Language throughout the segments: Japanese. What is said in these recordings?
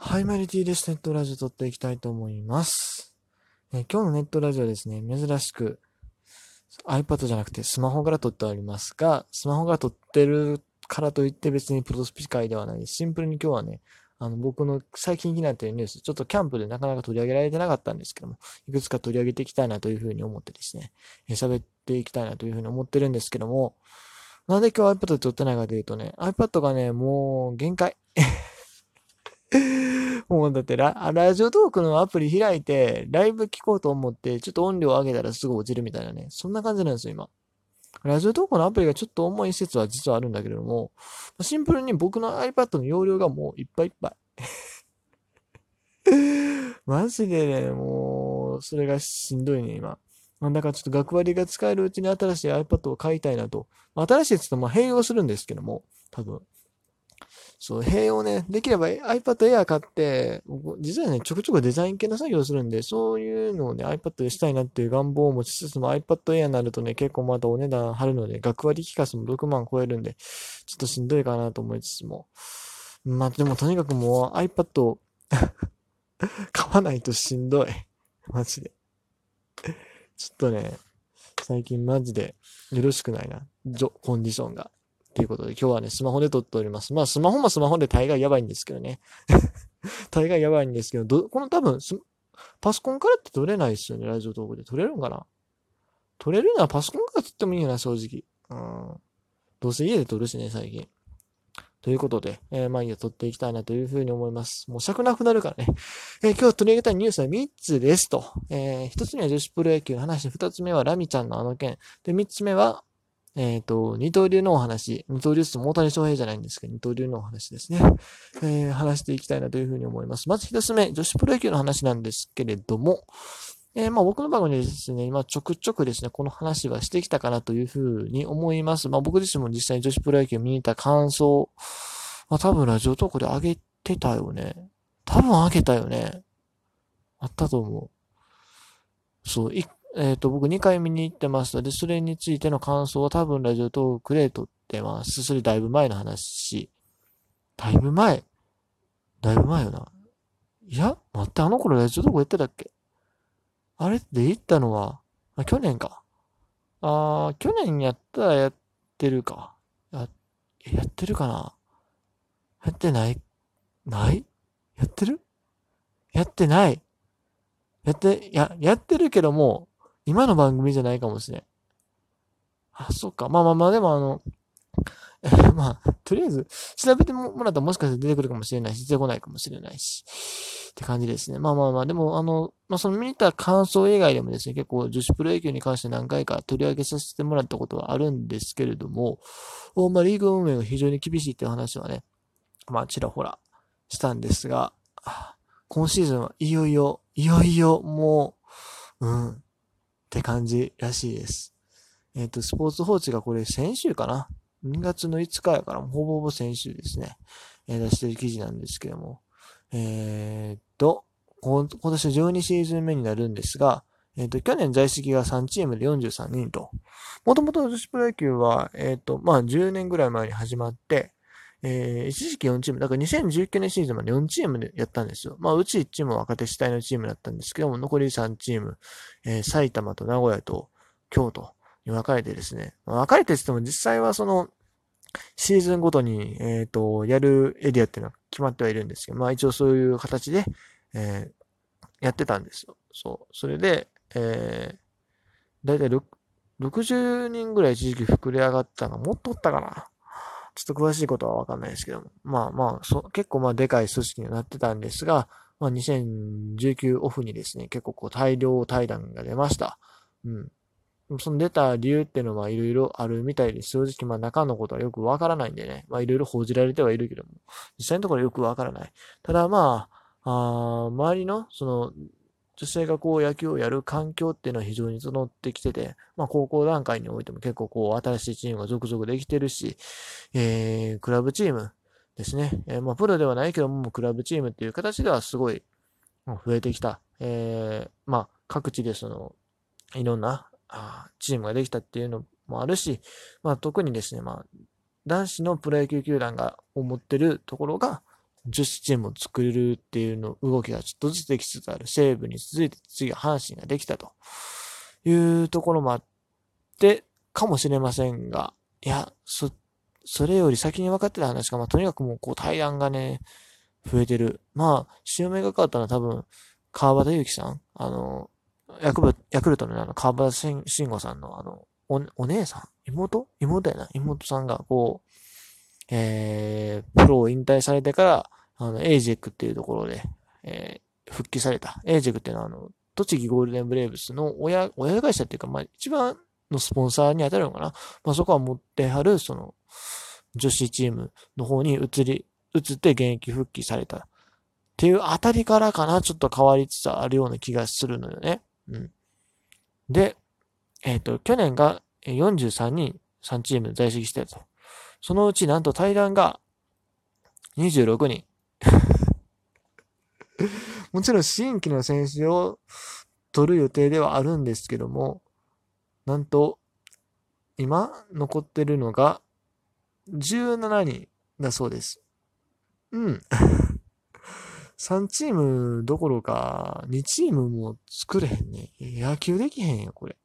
はい、マリティです。ネットラジオ撮っていきたいと思います。今日のネットラジオですね、珍しく iPad じゃなくてスマホから撮っておりますが、スマホが撮ってるからといって別にプロスピ会ではないです。シンプルに今日はね、僕の最近気になっているニュース、ちょっとキャンプでなかなか取り上げられてなかったんですけども、いくつか取り上げていきたいなというふうに思ってですね、喋っていきたいなというふうに思ってるんですけども、なんで今日 iPad で撮ってないかというとね、iPad がね、もう限界。もうだってラジオトークのアプリ開いて、ライブ聞こうと思って、ちょっと音量上げたらすぐ落ちるみたいなね。そんな感じなんですよ、今。ラジオトークのアプリがちょっと重い説は実はあるんだけれども、シンプルに僕の iPad の容量がもういっぱいいっぱい。マジでね、もう、それがしんどいね、今。だからちょっと学割が使えるうちに新しい iPad を買いたいなと。新しいやつと併用するんですけども、多分。そう、併用ね、できれば iPad Air 買って、僕実はね、ちょくちょくデザイン系の作業をするんで、そういうのをね、iPad でしたいなっていう願望を持ちつつも iPad Air になるとね、結構またお値段張るので、学割期間も6万超えるんで、ちょっとしんどいかなと思いつつも。まあでもとにかくもう iPad を買わないとしんどい。マジで。ちょっとね、最近マジでよろしくないな。コンディションが。ということで、今日はね、スマホで撮っております。まあ、スマホもスマホで大概やばいんですけどね。大概やばいんですけど、この多分パソコンからって撮れないですよね、ラジオトークで。撮れるんかな。撮れるのはパソコンから撮ってもいいよな、正直。うん。どうせ家で撮るしね、最近。ということで、まあいいや、撮っていきたいなというふうに思います。もう尺なくなるからね。今日取り上げたいニュースは3つですと。1つ目は女子プロ野球の話、2つ目はラミちゃんのあの件。で、3つ目は、二刀流のお話。二刀流って大谷翔平じゃないんですけど、二刀流のお話ですね。話していきたいなというふうに思います。まず一つ目、女子プロ野球の話なんですけれども、まあ僕の番組でですね、今ちょくちょくですね、この話はしてきたかなというふうに思います。まあ僕自身も実際に女子プロ野球を見に行った感想、まあ多分ラジオトークで上げてたよね。多分上げたよね。あったと思う。そう、僕2回見に行ってます。で、それについての感想は多分ラジオトークで撮ってます。それだいぶ前の話。だいぶ前だいぶ前よな。いや、待って、あの頃ラジオトークやってたっけ。あれって行ったのは、去年か。去年やったらやってるか。やってるかな。やってないないやってるやってない。やってるけども、今の番組じゃないかもしれん。あ、そっか。まあまあまあ、でもまあ、とりあえず、調べてもらったらもしかしたら出てくるかもしれないし、出てこないかもしれないし、って感じですね。まあまあまあ、でも、まあその見た感想以外でもですね、結構女子プロ野球に関して何回か取り上げさせてもらったことはあるんですけれども、まあリーグ運営が非常に厳しいっていう話はね、まあちらほらしたんですが、今シーズンはいよいよ、もって感じらしいです。スポーツ報知がこれ先週かな ?2 月の5日やから、ほぼほぼ先週ですね。出してる記事なんですけども。今年12シーズン目になるんですが、去年在籍が3チームで43人と。もともと女子プロ野球は、まあ、10年ぐらい前に始まって、一時期4チーム、だから2019年シーズンまで4チームでやったんですよ。まあ、うち1チームは若手主体のチームだったんですけども、残り3チーム、埼玉と名古屋と京都に分かれてですね、まあ、分かれてって言っても実際はその、シーズンごとに、やるエリアっていうのは決まってはいるんですけど、まあ一応そういう形で、やってたんですよ。そう。それで、だいたい60人ぐらい一時期膨れ上がったの、もっとおったかな。ちょっと詳しいことはわかんないですけども。まあまあ、結構まあでかい組織になってたんですが、まあ2019オフにですね、結構こう大量対談が出ました。うん。その出た理由っていうのはいろいろあるみたいです。正直まあ中のことはよくわからないんでね。まあいろいろ報じられてはいるけども、実際のところよくわからない。ただまあ、周りのその女性がこう野球をやる環境っていうのは非常に整ってきてて、まあ高校段階においても結構こう新しいチームが続々できてるし、クラブチームですね。まあプロではないけども、クラブチームっていう形ではすごい増えてきた。まあ各地でその、いろんなチームができたっていうのもあるし、まあ特にですね、まあ男子のプロ野球球団が思ってるところが、 女子チームを作れるっていうの動きがちょっとずつできつつある西武に続いて次は阪神ができたというところもあってかもしれませんが、いや、それより先に分かってた話が、とにかくもう対談がね、増えてる。潮目が変わったのは多分、川端祐希さんヤクルトの川端慎吾さんのお姉さん妹やな妹さんがプロを引退されてから、エイジェックっていうところで、復帰された。エイジェックっていうのは、栃木ゴールデンブレーブスの親会社っていうか、一番のスポンサーに当たるのかな。そこは持ってはる、女子チームの方に移って現役復帰された。っていうあたりからかな、ちょっと変わりつつあるような気がするのよね。うん。で、去年が43人3チーム在籍してたと。そのうちなんと対談が26人。もちろん新規の選手を取る予定ではあるんですけども、なんと、今残ってるのが17人だそうです。うん。3チームどころか2チームも作れへんね。野球できへんよ、これ。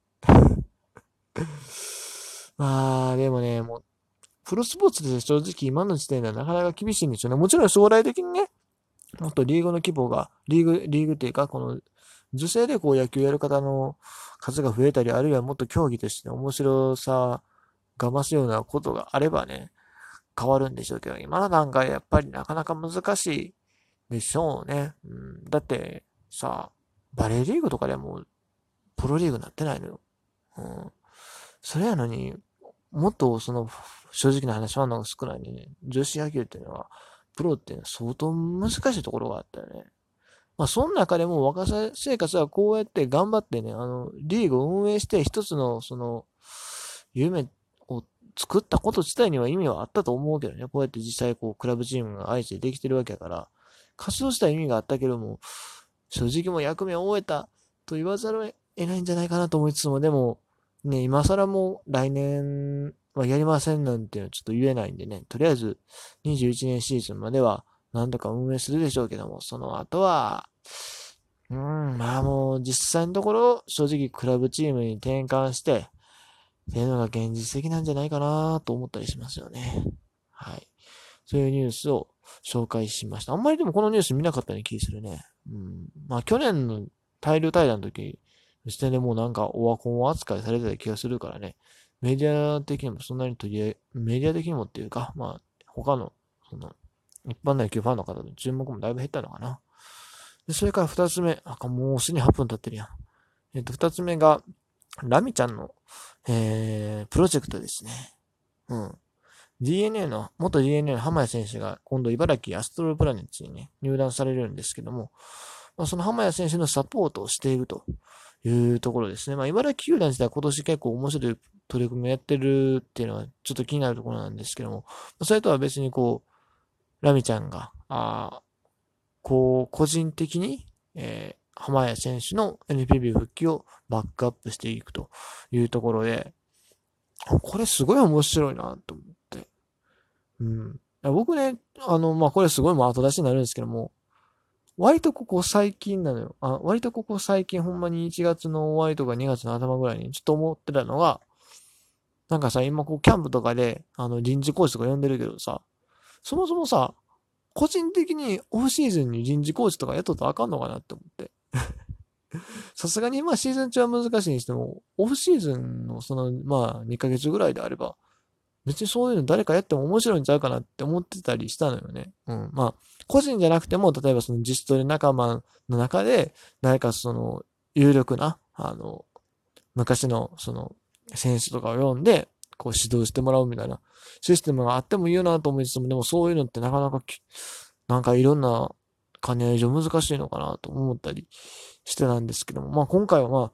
でもね、もう、プロスポーツで正直今の時点ではなかなか厳しいんでしょうね。もちろん将来的にね、もっとリーグの規模が、リーグっていうか、この、女性で野球やる方の数が増えたり、あるいはもっと競技として面白さが増すようなことがあればね、変わるんでしょうけど、今の段階やっぱりなかなか難しいでしょうね。うん、だってさ、バレーリーグとかでもプロリーグになってないのよ。うん、それやのに、もっと正直な話ファンの方が少ないんでね、女子野球っていうのは、プロっていうのは相当難しいところがあったよね。その中でも若さ生活はこうやって頑張ってね、リーグを運営して一つの、夢を作ったこと自体には意味はあったと思うけどね。こうやって実際クラブチームが愛知でできてるわけやから、活動した意味があったけども、正直もう役目を終えたと言わざるを得ないんじゃないかなと思いつつも、でも、ね、今更もう来年はやりませんなんていうのはちょっと言えないんでね、とりあえず21年シーズンまではなんとか運営するでしょうけども、その後は、もう実際のところ正直クラブチームに転換して、っていうのが現実的なんじゃないかなと思ったりしますよね。はい。そういうニュースを紹介しました。あんまりでもこのニュース見なかったような気がするね。去年の大量対談の時、時点でもうなんかオワコン扱いされてた気がするからね。メディア的にもそんなにメディア的にもっていうか、他の、一般の野球ファンの方の注目もだいぶ減ったのかな。でそれから二つ目、もうすでに8分経ってるやん。二つ目が、ラミちゃんの、プロジェクトですね。うん。元 DNA の浜谷選手が今度茨城アストロプラネッツにね、入団されるんですけども、その浜谷選手のサポートをしているというところですね。茨城球団自体今年結構面白い取り組みをやってるっていうのはちょっと気になるところなんですけども、それとは別にラミちゃんが、個人的に、浜谷選手の NPB 復帰をバックアップしていくというところで、これすごい面白いなと思って。うん。僕ね、これすごい後出しになるんですけども、割とここ最近なのよ。割とここ最近ほんまに1月の終わりとか2月の頭ぐらいにちょっと思ってたのが、なんかさ、今キャンプとかで、臨時コーチとか呼んでるけどさ、そもそもさ、個人的にオフシーズンに臨時コーチとか雇ったらあかんのかなって思って。さすがにシーズン中は難しいにしても、オフシーズンの2ヶ月ぐらいであれば、別にそういうの誰かやっても面白いんちゃうかなって思ってたりしたのよね。個人じゃなくても、例えば自主トレ仲間の中で、誰か有力な、昔の選手とかを読んで、指導してもらうみたいなシステムがあってもいいよなと思いつつも、でもそういうのってなかなかなんかいろんな兼ね合い上難しいのかなと思ったりしてたんですけども、今回は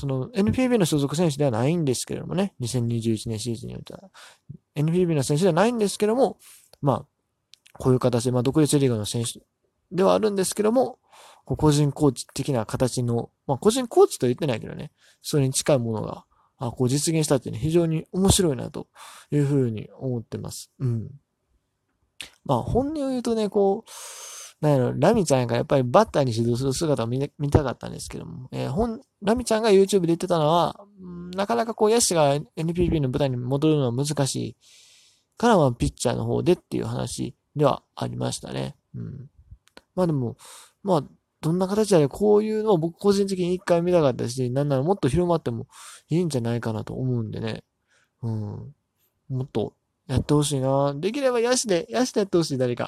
NPB の所属選手ではないんですけれどもね、2021年シーズンにおいては、NPB の選手ではないんですけども、こういう形で、独立リーグの選手ではあるんですけども、個人コーチ的な形の、個人コーチとは言ってないけどね、それに近いものが、実現したっていうのは非常に面白いなというふうに思ってます。うん。 まあ本音を言うとね、こう、なんやろ、ラミちゃんがやっぱりバッターに指導する姿を見たかったんですけども、ラミちゃんが YouTube で言ってたのは、なかなかこう、ヤシが NPB の舞台に戻るのは難しいからはピッチャーの方でっていう話ではありましたね。うん。まあでも、まあ、どんな形であれこういうのを僕個人的に一回見たかったし、なんならもっと広まってもいいんじゃないかなと思うんでね。うん。もっとやってほしいな。できればヤシでやってほしい、誰か。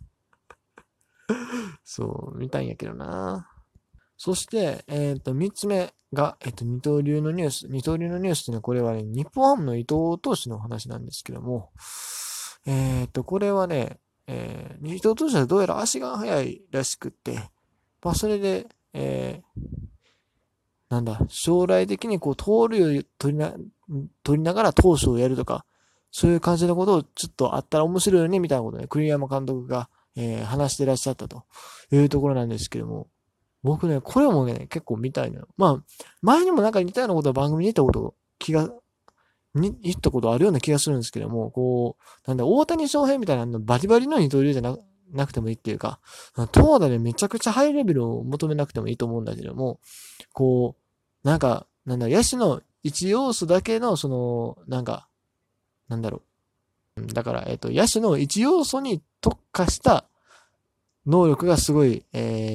そう、見たいんやけどな。そして、三つ目が、二刀流のニュース。二刀流のニュースっていうのは、これはね、日本ハムの伊藤投手の話なんですけども、これはね、伊藤投手はどうやら足が速いらしくって、まあ、それで、なんだ、将来的にこう、盗塁を取りながら投手をやるとか、そういう感じのことをちょっとあったら面白いよね、みたいなことね、栗山監督が、話してらっしゃったというところなんですけども、僕ね、これもね、結構見たいのよ。まあ、前にもなんか似たようなことを番組に言ったこと、言ったことあるような気がするんですけども、こう、なんだ、大谷翔平みたいなのバリバリの二刀流じゃなくてもいいっていうか、投打でめちゃくちゃハイレベルを求めなくてもいいと思うんだけども、こう、なんか、なんだ、野手の一要素だけの、なんか、なんだろう。だから、野手の一要素に特化した能力がすごい、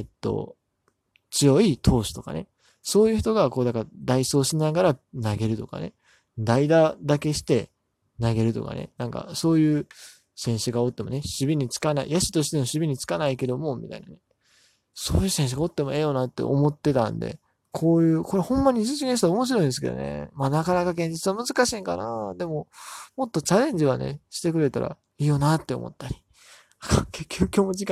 強い投手とかね。そういう人が、こう、だから、代走しながら投げるとかね。代打だけして投げるとかね。なんか、そういう選手がおってもね、守備につかない、野手としての守備につかないけども、みたいなね。そういう選手がおってもええよなって思ってたんで、これほんまに実現したら面白いんですけどね。まあなかなか現実は難しいんかな。でも、もっとチャレンジはね、してくれたらいいよなって思ったり。結局今日も時間